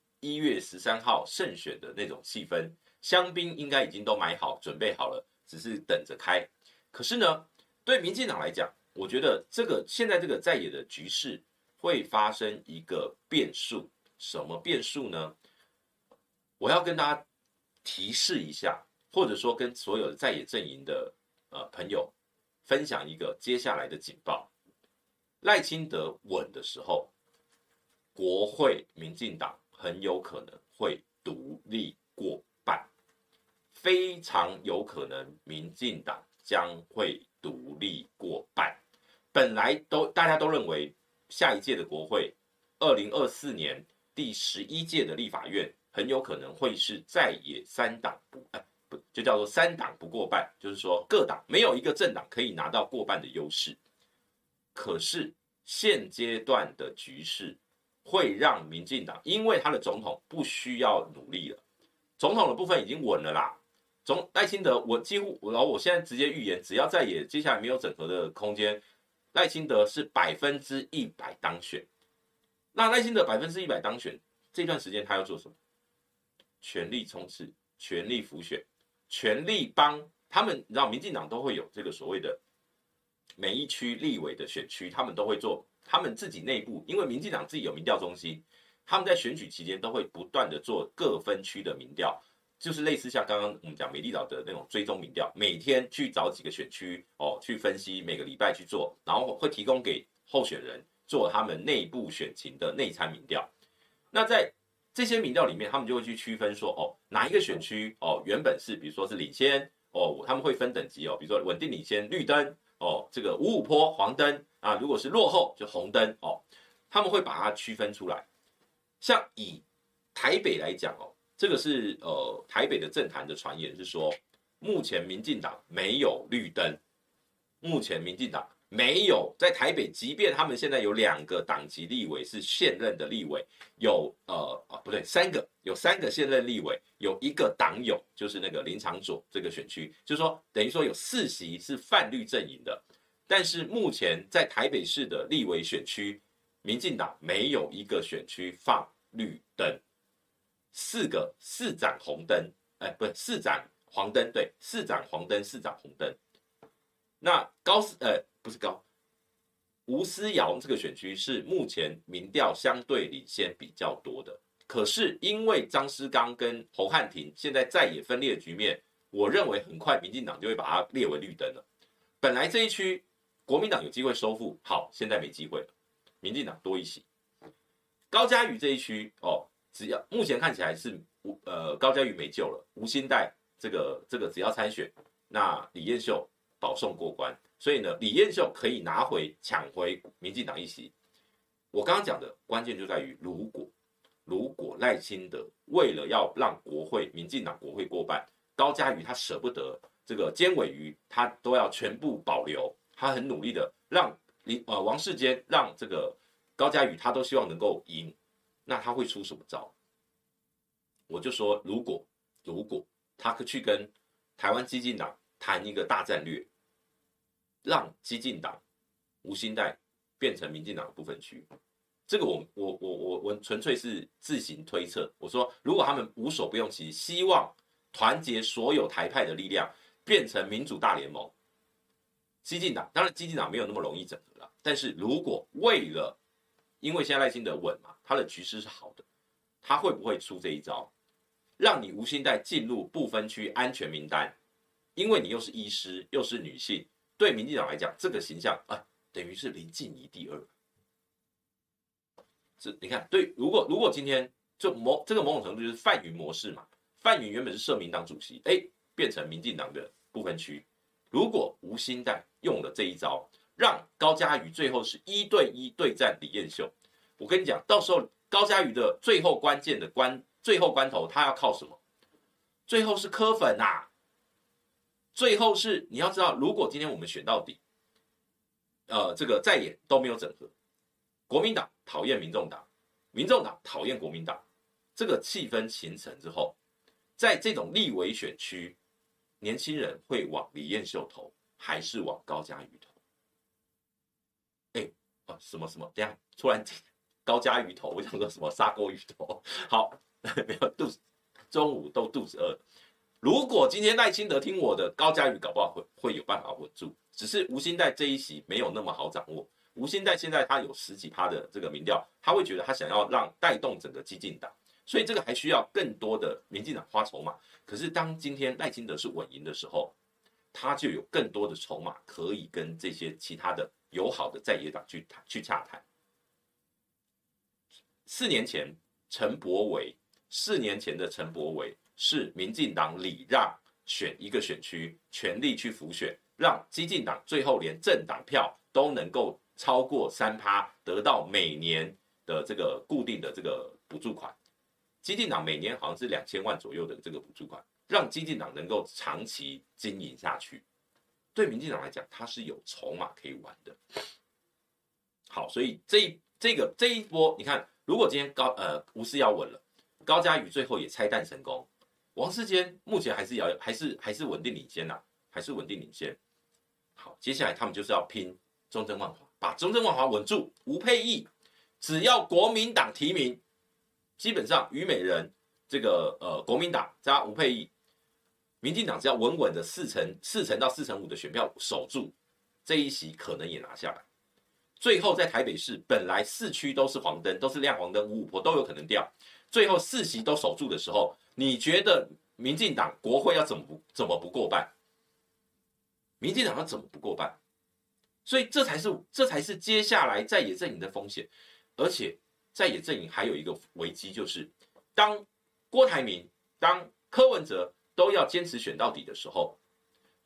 1月13号胜选的那种气氛。香槟应该已经都买好、准备好了，只是等着开。可是呢，对民进党来讲，我觉得现在这个在野的局势会发生一个变数，什么变数呢？我要跟大家提示一下，或者说跟所有的在野阵营的朋友分享一个接下来的警报：赖清德稳的时候，国会民进党很有可能会独立过半，非常有可能民进党将会独立过半。本来大家都认为下一届的国会，2024年第11届的立法院很有可能会是在野3党就叫做3党不过半，就是说各党没有一个政党可以拿到过半的优势。可是现阶段的局势会让民进党，因为他的总统不需要努力了，总统的部分已经稳了啦。赖清德，我现在直接预言，只要在野接下来没有整合的空间，赖清德是100%当选。那赖清德100%当选，这段时间他要做什么？全力冲刺，全力辅选，全力帮他们。你知道，民进党都会有这个所谓的每一区立委的选区，他们都会做他们自己内部，因为民进党自己有民调中心，他们在选举期间都会不断的做各分区的民调。就是类似像刚刚我们讲美丽岛的那种追踪民调，每天去找几个选区去分析，每个礼拜去做，然后会提供给候选人做他们内部选情的内参民调。那在这些民调里面，他们就会去区分说哪一个选区原本是比如说是领先哦，他们会分等级哦，比如说稳定领先绿灯哦，这个五五波黄灯啊，如果是落后就红灯哦，他们会把它区分出来。像以台北来讲哦，这个是台北的政坛的传言是说，目前民进党没有绿灯，目前民进党没有在台北，即便他们现在有2个党籍立委是现任的立委，有不对，3个，有3个现任立委，有1个党友，就是那个林长佐这个选区，就是说等于说有4席是泛绿阵营的，但是目前在台北市的立委选区，民进党没有1个选区放绿灯，4盏红灯，不是4盏黄灯，对，4盏黄灯，4盏红灯。那不是吴思瑶这个选区是目前民调相对领先比较多的，可是因为张诗刚跟侯汉廷现在在野分裂的局面，我认为很快民进党就会把它列为绿灯了。本来这一区国民党有机会收复，好，现在没机会了，民进党多1席。高嘉瑜这一区哦，只要目前看起来是高嘉瑜没救了，吴欣岱这个只要参选，那李彦秀保送过关，所以呢，李彦秀可以抢回民进党1席。我刚刚讲的关键就在于，如果赖清德为了要让民进党国会过半，高嘉瑜他舍不得这个尖尾鱼，他都要全部保留，他很努力的让王世坚让这个高嘉瑜他都希望能够赢，那他会出什么招？我就说，如果他去跟台湾基进党谈一个大战略，让基进党吴欣岱变成民进党的不分区，这个我纯粹是自行推测。我说，如果他们无所不用其极，希望团结所有台派的力量，变成民主大联盟，基进党当然基进党没有那么容易整合了，但是如果因为现在赖清德稳嘛，他的局势是好的，他会不会出这一招，让你吴欣岱进入不分区安全名单？因为你又是医师，又是女性，对民进党来讲，这个形象等于是林静怡第2。你看，对，如果今天这个某种程度就是范云模式嘛，范云原本是社民党主席，变成民进党的不分区。如果吴欣岱用了这一招，让高嘉瑜最后是1对1对战李彦秀，我跟你讲，到时候高嘉瑜的最后关头，他要靠什么？最后是柯粉啊！最后是你要知道，如果今天我们选到底，这个在野都没有整合，国民党讨厌民众党，民众党讨厌国民党，这个气氛形成之后，在这种立委选区，年轻人会往李彦秀投，还是往高嘉瑜投？什么？等一下突然高嘉瑜投，我想说什么砂锅鱼头？好，没有中午都肚子饿。如果今天赖清德听我的，高嘉瑜搞不好会有办法稳住，只是吴欣岱这一席没有那么好掌握。吴欣岱现在他有10几%的这个民调，他会觉得他想要带动整个基进党，所以这个还需要更多的民进党花筹码。可是当今天赖清德是稳赢的时候，他就有更多的筹码可以跟这些其他的友好的在野党去洽谈。4年前的陈柏惟是民进党礼让选一个选区，全力去辅选，让基进党最后连政党票都能够超过3%，得到每年的这个固定的这个补助款。基进党每年好像是2000万左右的这个补助款，让基进党能够长期经营下去。对民进党来讲，它是有筹码可以玩的。好，所以这一波，你看，如果今天吴思瑶稳了，高嘉瑜最后也拆弹成功，王世坚目前还是稳定领先还是稳定领先。好，接下来他们就是要拼中正万华，把中正万华稳住。吴沛憶只要国民党提名，基本上虞美人这个国民党加吴沛憶，民进党只要稳稳的4成到4成5的选票守住，这一席可能也拿下来。最后在台北市本来4区都是黄灯，都是亮黄灯，五五波都有可能掉，最后4席都守住的时候，你觉得民进党国会要怎么不过半？民进党要怎么不过半？所以这才是接下来在野阵营的风险。而且在野阵营还有一个危机，就是当郭台铭、当柯文哲都要坚持选到底的时候，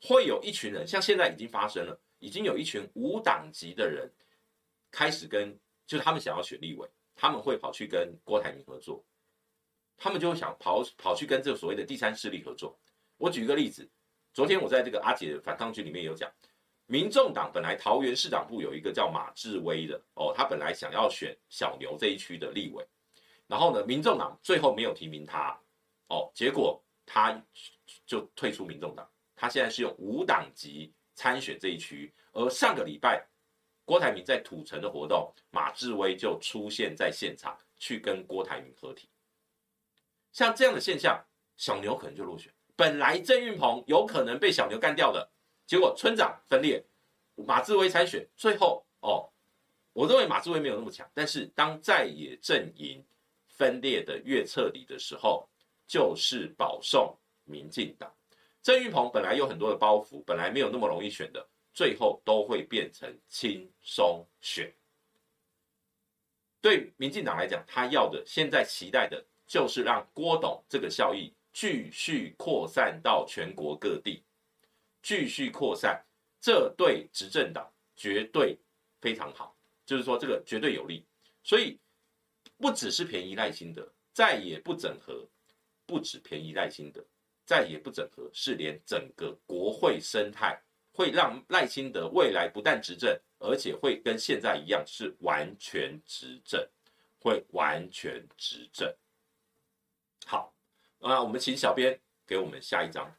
会有一群人，像现在已经发生了，已经有一群无党籍的人开始就是他们想要选立委，他们会跑去跟郭台铭合作，他们就会想跑去跟这个所谓的第三势力合作。我举一个例子，昨天我在这个阿姐反抗局里面有讲，民众党本来桃园市党部有一个叫马志威的他本来想要选小牛这一区的立委，然后呢，民众党最后没有提名他结果他就退出民众党，他现在是用无党籍参选这一区。而上个礼拜郭台铭在土城的活动，马志威就出现在现场去跟郭台铭合体。像这样的现象，小牛可能就落选。本来郑运鹏有可能被小牛干掉的，结果村长分裂，马志威参选，最后我认为马志威没有那么强，但是当在野阵营分裂的越彻底的时候，就是保送民进党。郑运鹏本来有很多的包袱，本来没有那么容易选的，最后都会变成轻松选。对民进党来讲，他要的现在期待的就是让郭董这个效益继续扩散到全国各地，继续扩散，这对执政党绝对非常好，就是说这个绝对有利。所以不只是便宜赖清德，再也不整合，不止便宜赖清德，再也不整合，是连整个国会生态会让赖清德未来不但执政，而且会跟现在一样是完全执政，会完全执政。好，那我们请小编给我们下一张。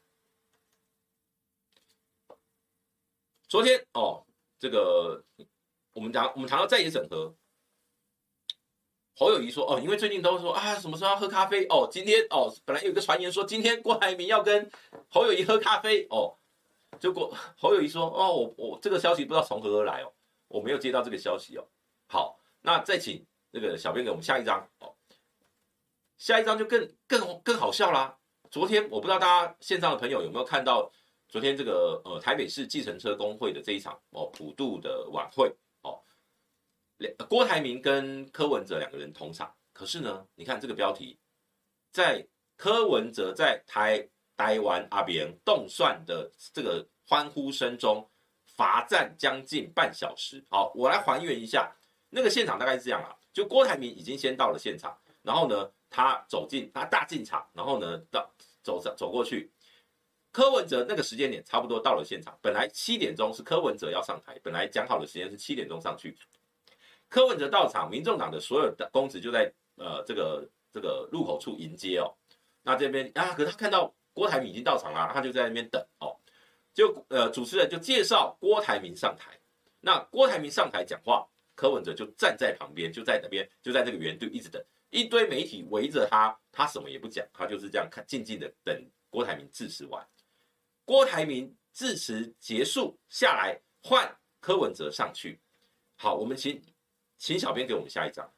昨天这个我们谈到在野整合，侯友宜说因为最近都说什么时候要喝咖啡今天本来有一个传言说今天郭台铭要跟侯友宜喝咖啡结果侯友宜说我这个消息不知道从何而来我没有接到这个消息好，那再请那个小编给我们下一张下一张就更好笑啦。昨天我不知道大家线上的朋友有没有看到昨天这个台北市计程车工会的这一场普渡的晚会郭台铭跟柯文哲两个人同场，可是呢，你看这个标题，在柯文哲在台湾阿扁动算的这个欢呼声中，罚站将近半小时。好，我来还原一下那个现场，大概是这样啦，就郭台铭已经先到了现场，然后呢，他大进场，然后呢走过去。柯文哲那个时间点差不多到了现场，本来7点钟是柯文哲要上台，本来讲好的时间是7点钟上去。柯文哲到场，民众党的所有的公职就在这个入口处迎接那这边可是他看到郭台铭已经到场了，他就在那边等就主持人就介绍郭台铭上台。那郭台铭上台讲话，柯文哲就站在旁边，就在那边，就在那个圆队一直等，一堆媒体围着他，他什么也不讲，他就是这样静静的等郭台铭致辞完。郭台铭致辞结束下来，换柯文哲上去。好，我们请小编给我们下一张。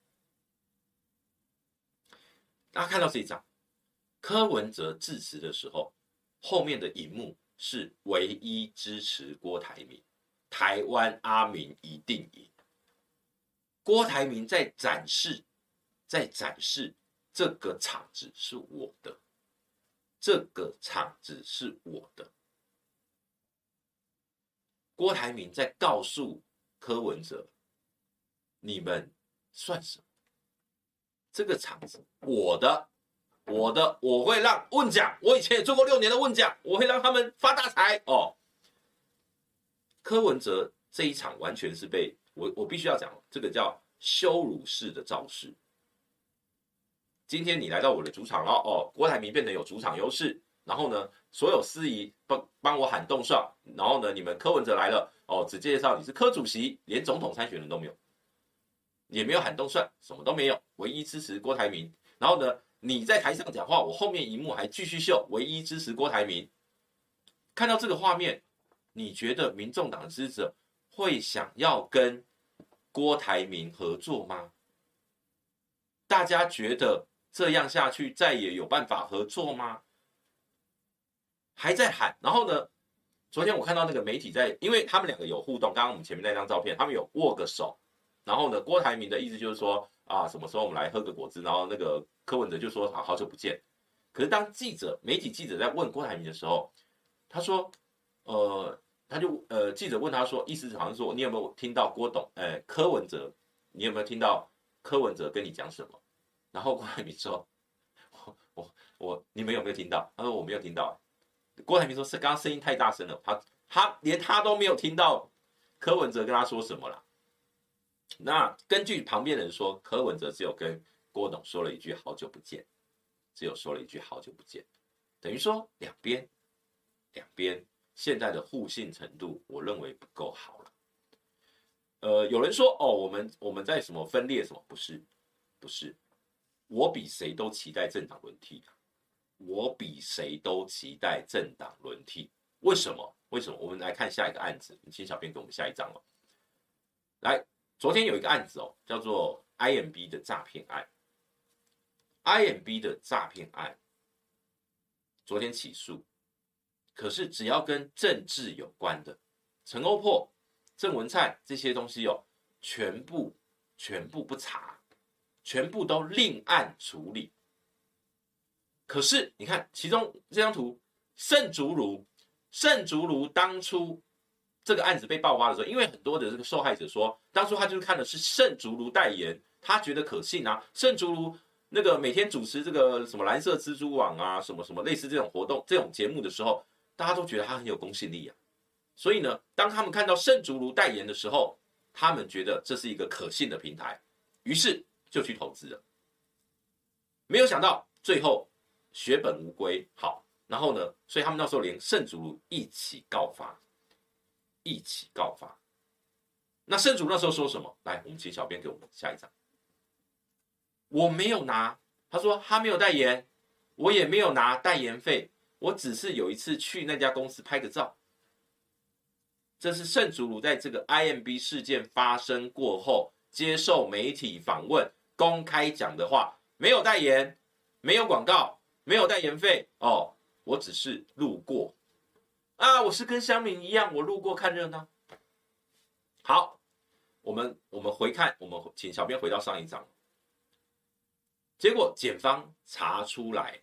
大家看到这一张，柯文哲致辞的时候，后面的荧幕是唯一支持郭台铭，台湾阿明一定赢。郭台铭在展示这个场子是我的，这个场子是我的。郭台铭在告诉柯文哲，你们算什么？这个场子我的，我会让问奖，我以前也做过6年的问奖，我会让他们发大财柯文哲这一场完全是被我必须要讲，这个叫羞辱式的造势。今天你来到我的主场了郭台铭变成有主场优势，然后呢，所有司仪帮我喊动算，然后呢，你们柯文哲来了只介绍你是柯主席，连总统参选人都没有，也没有喊动算，什么都没有，唯一支持郭台铭。然后呢，你在台上讲话，我后面荧幕还继续秀，唯一支持郭台铭。看到这个画面，你觉得民众党的支持者会想要跟郭台铭合作吗？大家觉得这样下去再也有办法合作吗？还在喊，然后呢，昨天我看到那个媒体因为他们两个有互动，刚刚我们前面那张照片，他们有握个手，然后呢，郭台铭的意思就是说什么时候我们来喝个果汁，然后那个柯文哲就说好久不见。可是当媒体记者在问郭台铭的时候，他说他就记者问他说，意思好像说你有没有听到柯文哲，你有没有听到柯文哲跟你讲什么？然后郭台铭说，你们有没有听到？他说我没有听到。郭台铭说是刚刚声音太大声了，他连他都没有听到柯文哲跟他说什么啦。那根据旁边人说，柯文哲只有跟郭董说了一句好久不见，只有说了一句好久不见，等于说两边现在的互信程度，我认为不够好了。有人说我们在什么分裂什么？不是，我比谁都期待政党轮替，我比谁都期待政党轮替。为什么？我们来看下一个案子，请小编给我们下一张哦。来，昨天有一个案子哦，叫做 IMB 的诈骗案。IMB 的诈骗案，昨天起诉。可是只要跟政治有关的，陈欧珀、郑文灿这些东西哦，全部不查，全部都另案处理。可是你看其中这张图，盛竹如当初这个案子被爆发的时候，因为很多的这个受害者说，当初他就是看的是盛竹如代言，他觉得可信啊，盛竹如那个每天主持这个什么蓝色蜘蛛网啊，什么什么类似这种活动、这种节目的时候，大家都觉得他很有公信力啊。所以呢，当他们看到盛竹如代言的时候，他们觉得这是一个可信的平台，于是就去投资了。没有想到最后血本无归。好，然后呢，所以他们那时候连盛竹如一起告发。那盛竹那时候说什么？来，我们请小编给我们下一张。我没有拿，他说他没有代言，我也没有拿代言费，我只是有一次去那家公司拍个照。这是盛竹如在这个 IMB 事件发生过后接受媒体访问公开讲的话，没有代言，没有广告，没有代言费哦，我只是路过啊，我是跟乡民一样，我路过看热闹。好，我们回看，我们请小编回到上一章。结果检方查出来，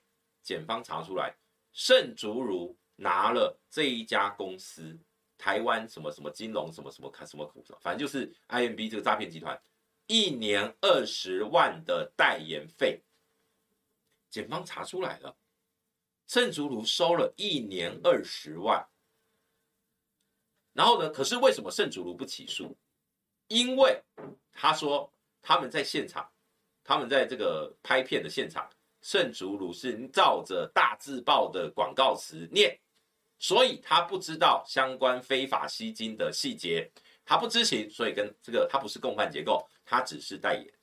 盛竹如拿了这一家公司台湾什么什么金融什么什么反正就是 IMB 这个诈骗集团1年20万的代言费，检方查出来了，盛竹如收了1年20万。然后呢，可是为什么盛竹如不起诉？因为他说他们在现场，他们在这个拍片的现场，盛竹如是照着大字报的广告词念，所以他不知道相关非法吸金的细节，他不知情，所以跟这个他不是共犯结构，他只是代言。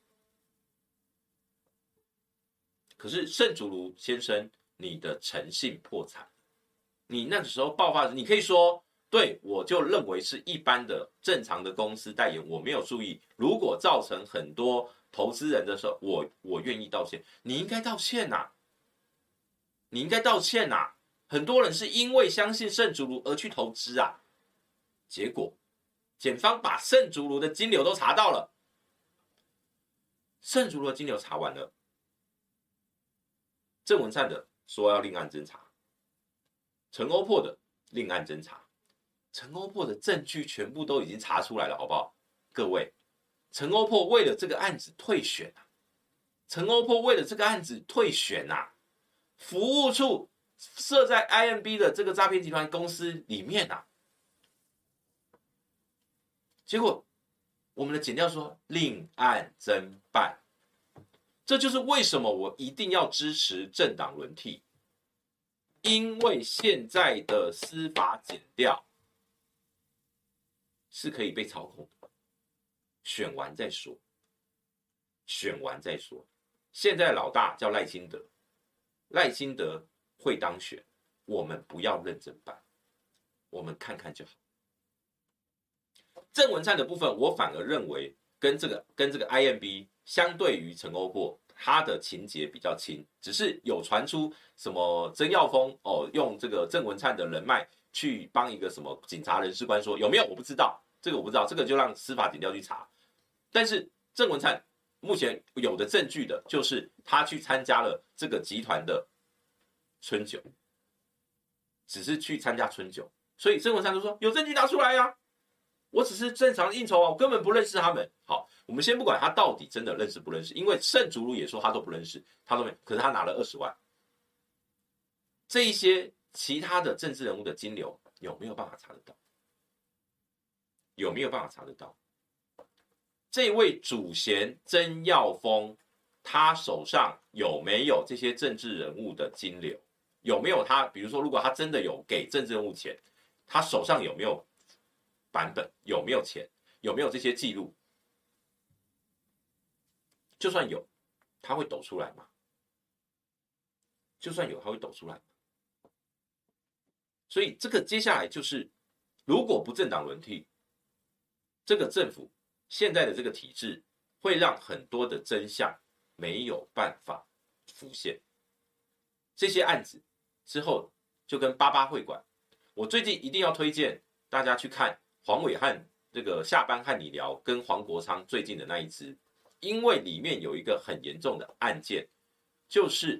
可是盛竹如先生，你的诚信破产，你那个时候爆发的，你可以说，对，我就认为是一般的正常的公司代言，我没有注意，如果造成很多投资人的时候，我愿意道歉。你应该道歉啊，你应该道歉啊！很多人是因为相信盛竹如而去投资啊，结果检方把盛竹如的金流都查到了，盛竹如的金流查完了，郑文灿的说要另案侦查，陈欧珀的另案侦查，陈欧珀的证据全部都已经查出来了，好不好？各位，陈欧珀为了这个案子退选啊！服务处设在 IMB 的这个诈骗集团公司里面啊，结果我们的检调说另案侦办，这就是为什么我一定要支持政党轮替，因为现在的司法检调是可以被操控的，选完再说。现在老大叫赖清德，赖清德会当选，我们不要认真办，我们看看就好。郑文灿的部分，我反而认为跟这个 IMB 相对于陈欧珀，他的情节比较轻，只是有传出什么曾耀峰用这个郑文灿的人脉去帮一个什么警察人事官说，有没有我不知道，这个我不知道，这个就让司法检调去查。但是郑文灿目前有的证据的就是他去参加了这个集团的春酒，只是去参加春酒， 所以曾文山就说有证据拿出来呀、我只是正常应酬啊，我根本不认识他们。好，我们先不管他到底真的认识不认识，因为盛竹如也说他都不认识，他都没有，可是他拿了20万。这一些其他的政治人物的金流有没有办法查得到？有没有办法查得到？这位主嫌曾耀峰，他手上有没有这些政治人物的金流？有没有他？比如说，如果他真的有给政治人物钱，他手上有没有版本？有没有钱？有没有这些记录？就算有，他会抖出来吗？就算有，他会抖出来吗？所以这个接下来就是，如果不政党轮替，这个政府现在的这个体制会让很多的真相没有办法浮现。这些案子之后就跟88会馆，我最近一定要推荐大家去看黄伟汉这个下班和你聊跟黄国昌最近的那一支，因为里面有一个很严重的案件，就是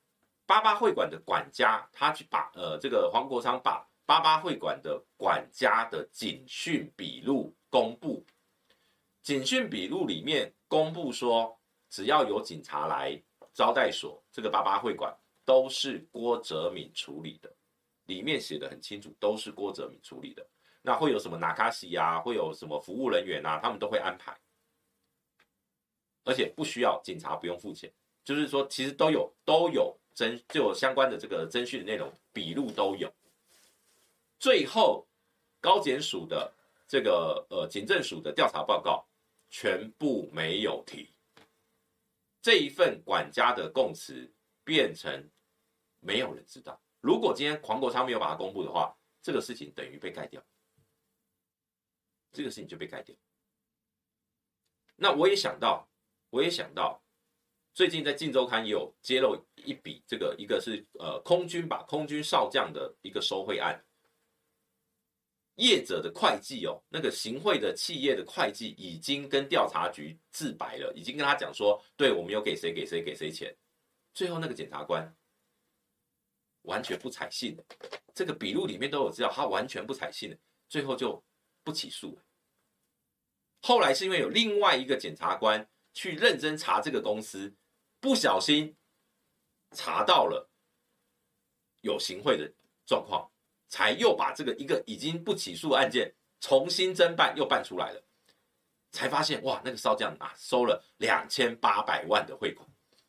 88会馆的管家，他去把这个黄国昌把88会馆的管家的警讯笔录公布，警讯笔录里面公布说，只要有警察来招待所这个88会馆，都是郭哲敏处理的，里面写的很清楚，都是郭哲敏处理的。那会有什么纳卡西啊，会有什么服务人员啊，他们都会安排，而且不需要警察不用付钱，就是说其实都有就有相关的这个侦讯的内容，笔录都有。最后高检署的这个警政署的调查报告全部没有提，这一份管家的供词变成没有人知道。如果今天黄国昌没有把它公布的话，这个事情等于被盖掉，这个事情就被盖掉。那我也想到，最近在《镜周刊》也有揭露一笔，这个一个是空军少将的一个收贿案，业者的会计那个行贿的企业的会计已经跟调查局自白了，已经跟他讲说，对我们有给谁钱，最后那个检察官完全不采信，这个笔录里面都有资料，他完全不采信，最后就不起诉了。后来是因为有另外一个检察官去认真查这个公司，不小心查到了有行贿的状况，才又把这个一个已经不起诉的案件重新侦办，又办出来了，才发现哇，那个少将收了2800万的汇款。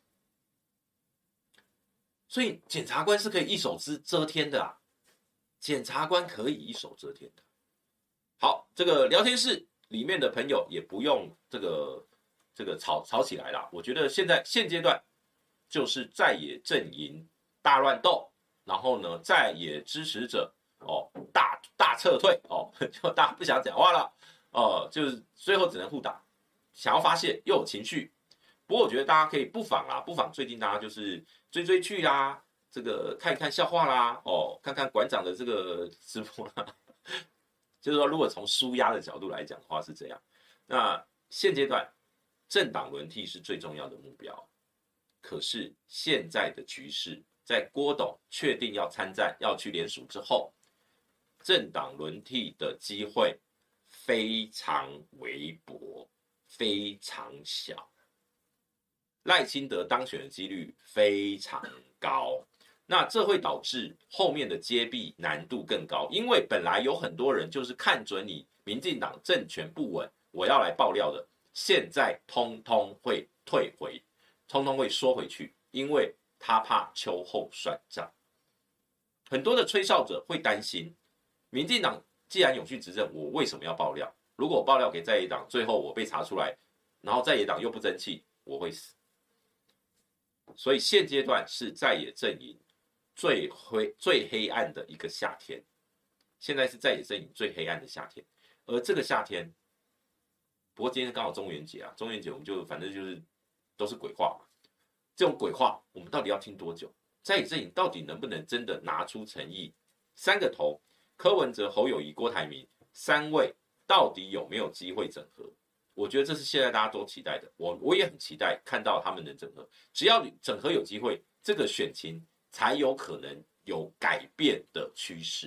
所以检察官是可以一手遮天的啊，检察官可以一手遮天的。好，这个聊天室里面的朋友也不用这个吵起来啦。我觉得现阶段就是在野阵营大乱斗，然后呢，在野支持者大撤退就大家不想讲话了就是最后只能互打，想要发泄又有情绪。不过我觉得大家可以不妨最近大家就是追剧啦，这个看一看笑话啦，看看馆长的这个直播啦。就是说，如果从抒压的角度来讲的话是这样。那现阶段政党轮替是最重要的目标，可是现在的局势，在郭董确定要参战、要去联署之后，政党轮替的机会非常微薄，非常小。赖清德当选的几率非常高，那这会导致后面的接弊难度更高，因为本来有很多人就是看准你民进党政权不稳，我要来爆料的，现在通通会退回，通通会缩回去，因为他怕秋后算账。很多的吹哨者会担心，民进党既然永续执政，我为什么要爆料？如果我爆料给在野党，最后我被查出来，然后在野党又不争气，我会死。所以现阶段是在野阵营最黑暗的一个夏天，现在是在野阵营最黑暗的夏天。而这个夏天，不过今天刚好中元节啊，中元节我们就反正就是都是鬼话嘛。这种鬼话我们到底要听多久？在野阵营到底能不能真的拿出诚意？三个头，柯文哲、侯友宜、郭台铭三位到底有没有机会整合？我觉得这是现在大家都期待的，我也很期待看到他们能整合。只要整合有机会，这个选情才有可能有改变的趋势。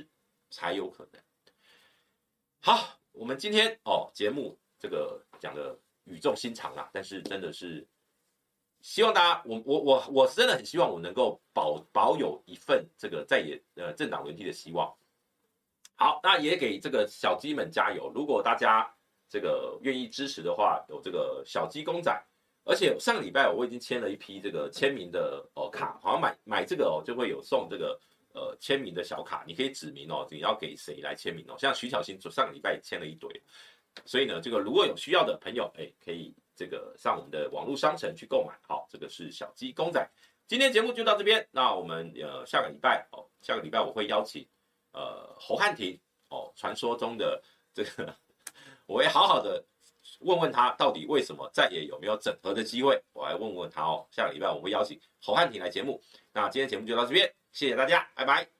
才有可能。好，我们今天节目这个讲的语重心长啦，但是真的是希望大家，我真的很希望我能够保有一份这个在野政党轮替的希望。好，那也给这个小鸡们加油。如果大家这个愿意支持的话，有这个小鸡公仔，而且上个礼拜我已经签了一批这个签名的卡，好像买这个就会有送这个签名的小卡，你可以指明你要给谁来签名像徐小新上个礼拜也签了一堆，所以呢，这个如果有需要的朋友，可以这个上我们的网络商城去购买。好，这个是小鸡公仔。今天节目就到这边，那我们下个礼拜我会邀请侯汉廷传说中的这个，我会好好的问问他到底为什么再也有没有整合的机会，我来问问他下个礼拜我会邀请侯汉廷来节目。那今天节目就到这边，谢谢大家，拜拜。